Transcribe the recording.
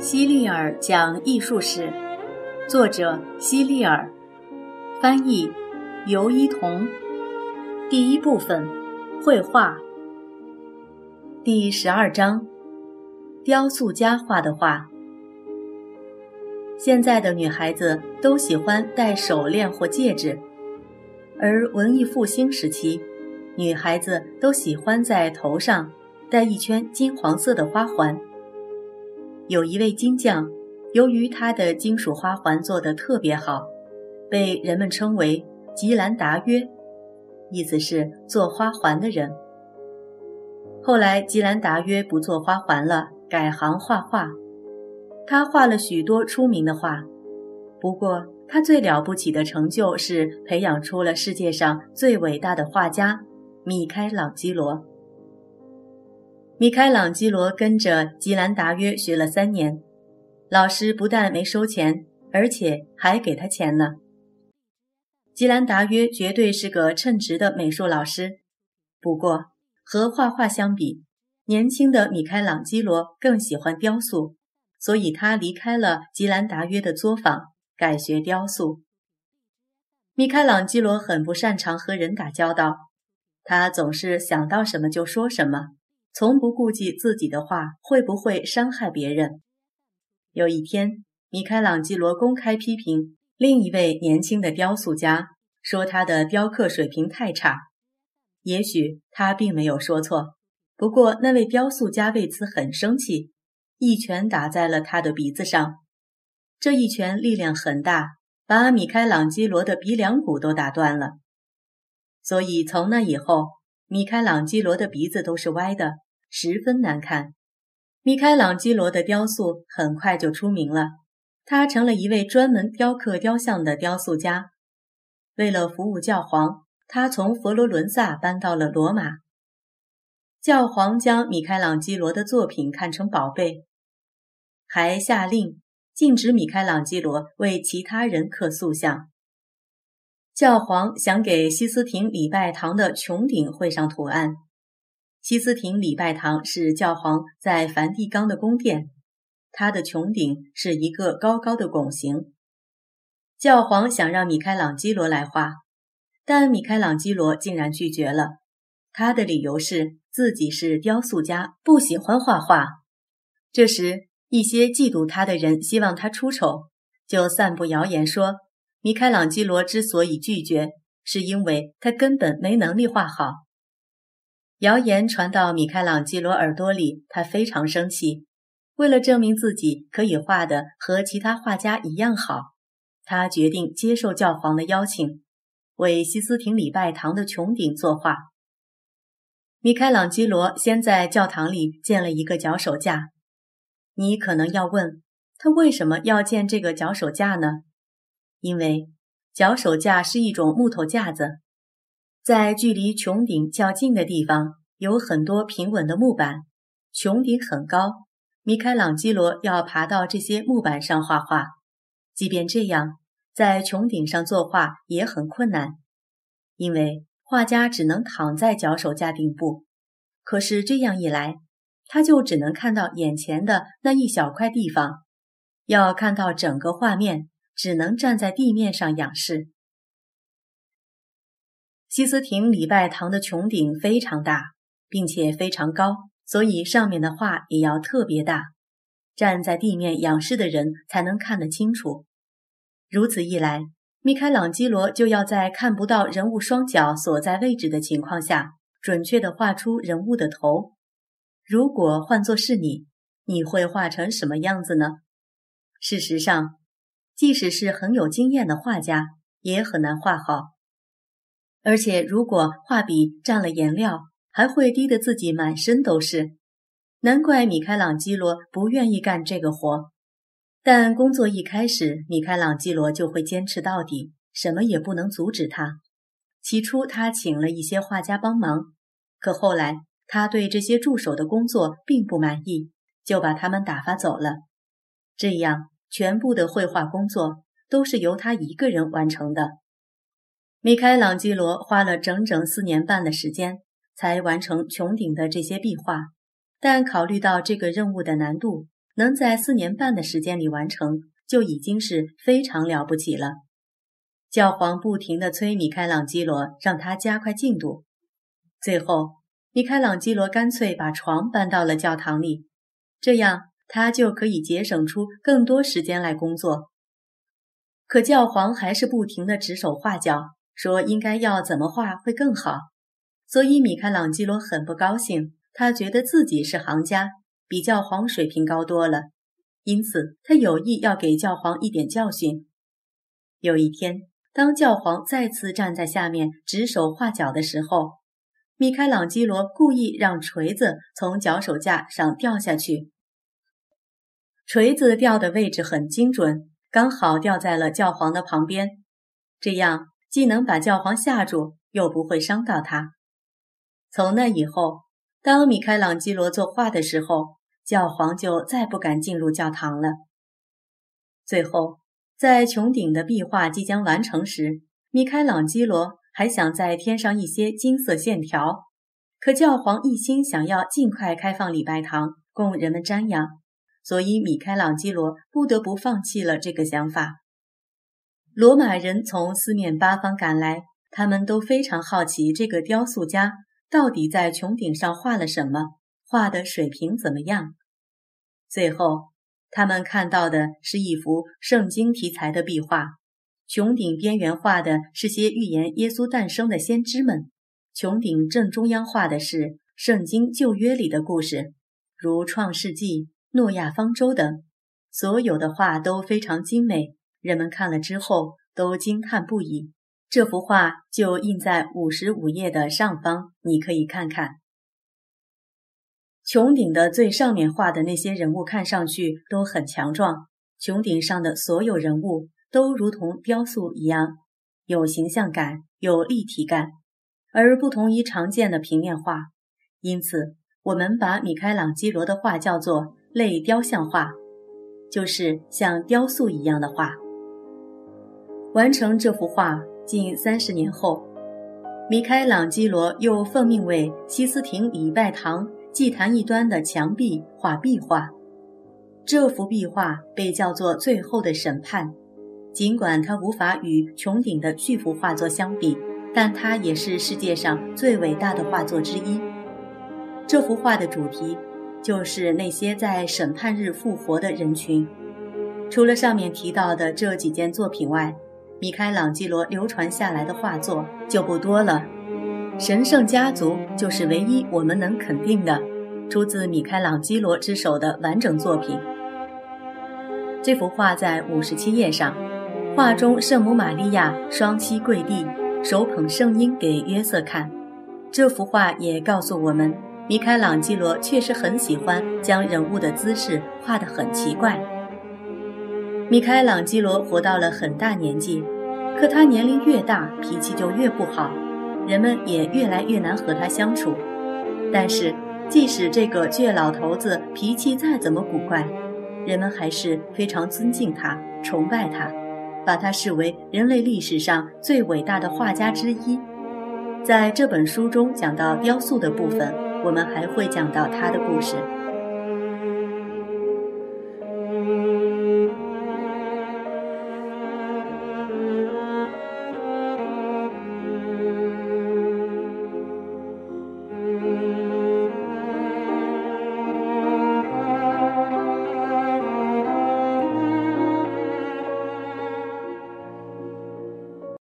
希利尔讲艺术史，作者希利尔，翻译尤一彤。第一部分，绘画。第12章，雕塑家画的画。现在的女孩子都喜欢戴手链或戒指，而文艺复兴时期，女孩子都喜欢在头上戴一圈金黄色的花环。有一位金匠，由于他的金属花环做得特别好，被人们称为吉兰达约，意思是做花环的人。后来吉兰达约不做花环了，改行画画。他画了许多出名的画，不过他最了不起的成就是培养出了世界上最伟大的画家米开朗基罗。米开朗基罗跟着吉兰达约学了3年，老师不但没收钱，而且还给他钱呢。吉兰达约绝对是个称职的美术老师，不过和画画相比，年轻的米开朗基罗更喜欢雕塑，所以他离开了吉兰达约的作坊，改学雕塑。米开朗基罗很不擅长和人打交道，他总是想到什么就说什么，从不顾及自己的话会不会伤害别人。有一天，米开朗基罗公开批评另一位年轻的雕塑家，说他的雕刻水平太差。也许他并没有说错，不过那位雕塑家为此很生气，一拳打在了他的鼻子上。这一拳力量很大，把米开朗基罗的鼻梁骨都打断了。所以从那以后，米开朗基罗的鼻子都是歪的，十分难看。米开朗基罗的雕塑很快就出名了，他成了一位专门雕刻雕像的雕塑家。为了服务教皇，他从佛罗伦萨搬到了罗马。教皇将米开朗基罗的作品看成宝贝，还下令禁止米开朗基罗为其他人刻塑像。教皇想给西斯廷礼拜堂的穹顶绘上图案。西斯廷礼拜堂是教皇在梵蒂冈的宫殿，它的穹顶是一个高高的拱形。教皇想让米开朗基罗来画，但米开朗基罗竟然拒绝了。他的理由是自己是雕塑家，不喜欢画画。这时，一些嫉妒他的人希望他出丑，就散布谣言说，米开朗基罗之所以拒绝，是因为他根本没能力画好。谣言传到米开朗基罗耳朵里，他非常生气。为了证明自己可以画得和其他画家一样好，他决定接受教皇的邀请，为西斯廷礼拜堂的穹顶作画。米开朗基罗先在教堂里建了一个脚手架。你可能要问，他为什么要建这个脚手架呢？因为脚手架是一种木头架子，在距离穹顶较近的地方有很多平稳的木板，穹顶很高，米开朗基罗要爬到这些木板上画画。即便这样，在穹顶上作画也很困难，因为画家只能躺在脚手架顶部，可是这样一来，他就只能看到眼前的那一小块地方，要看到整个画面，只能站在地面上仰视。西斯廷礼拜堂的穹顶非常大，并且非常高，所以上面的画也要特别大，站在地面仰视的人才能看得清楚。如此一来，米开朗基罗就要在看不到人物双脚所在位置的情况下，准确地画出人物的头。如果换作是你，你会画成什么样子呢？事实上，即使是很有经验的画家，也很难画好。而且如果画笔沾了颜料，还会滴得自己满身都是。难怪米开朗基罗不愿意干这个活。但工作一开始，米开朗基罗就会坚持到底，什么也不能阻止他。起初他请了一些画家帮忙，可后来他对这些助手的工作并不满意，就把他们打发走了。这样，全部的绘画工作都是由他一个人完成的。米开朗基罗花了整整4年半的时间，才完成穹顶的这些壁画，但考虑到这个任务的难度， 能在4年半的时间里完成，就已经是非常了不起了。教皇不停地催米开朗基罗，让他加快进度。最后，米开朗基罗干脆把床搬到了教堂里，这样他就可以节省出更多时间来工作。可教皇还是不停地指手画脚，说应该要怎么画会更好。所以米开朗基罗很不高兴，他觉得自己是行家，比教皇水平高多了，因此他有意要给教皇一点教训。有一天，当教皇再次站在下面指手画脚的时候，米开朗基罗故意让锤子从脚手架上掉下去。锤子掉的位置很精准，刚好掉在了教皇的旁边，这样既能把教皇吓住，又不会伤到他。从那以后，当米开朗基罗作画的时候，教皇就再不敢进入教堂了。最后，在穹顶的壁画即将完成时，米开朗基罗还想再添上一些金色线条，可教皇一心想要尽快开放礼拜堂，供人们瞻仰，所以米开朗基罗不得不放弃了这个想法。罗马人从四面八方赶来，他们都非常好奇这个雕塑家到底在穹顶上画了什么，画的水平怎么样。最后，他们看到的是一幅圣经题材的壁画，穹顶边缘画的是些预言耶稣诞生的先知们，穹顶正中央画的是圣经旧约里的故事，如创世纪、诺亚方舟等，所有的画都非常精美，人们看了之后都惊叹不已。这幅画就印在55页的上方，你可以看看。穹顶的最上面画的那些人物看上去都很强壮，穹顶上的所有人物都如同雕塑一样，有形象感，有立体感，而不同于常见的平面画。因此，我们把米开朗基罗的画叫做类雕像画，就是像雕塑一样的画。完成这幅画近30年后，米开朗基罗又奉命为西斯廷礼拜堂祭坛一端的墙壁画壁画。这幅壁画被叫做《最后的审判》，尽管它无法与穹顶的巨幅画作相比，但它也是世界上最伟大的画作之一。这幅画的主题就是那些在审判日复活的人群。除了上面提到的这几件作品外，米开朗基罗流传下来的画作就不多了。神圣家族就是唯一我们能肯定的出自米开朗基罗之手的完整作品。这幅画在57页上，画中圣母玛利亚双膝跪地，手捧圣婴给约瑟看。这幅画也告诉我们，米开朗基罗确实很喜欢将人物的姿势画得很奇怪。米开朗基罗活到了很大年纪，可他年龄越大，脾气就越不好，人们也越来越难和他相处。但是，即使这个倔老头子脾气再怎么古怪，人们还是非常尊敬他，崇拜他，把他视为人类历史上最伟大的画家之一。在这本书中讲到雕塑的部分，我们还会讲到他的故事。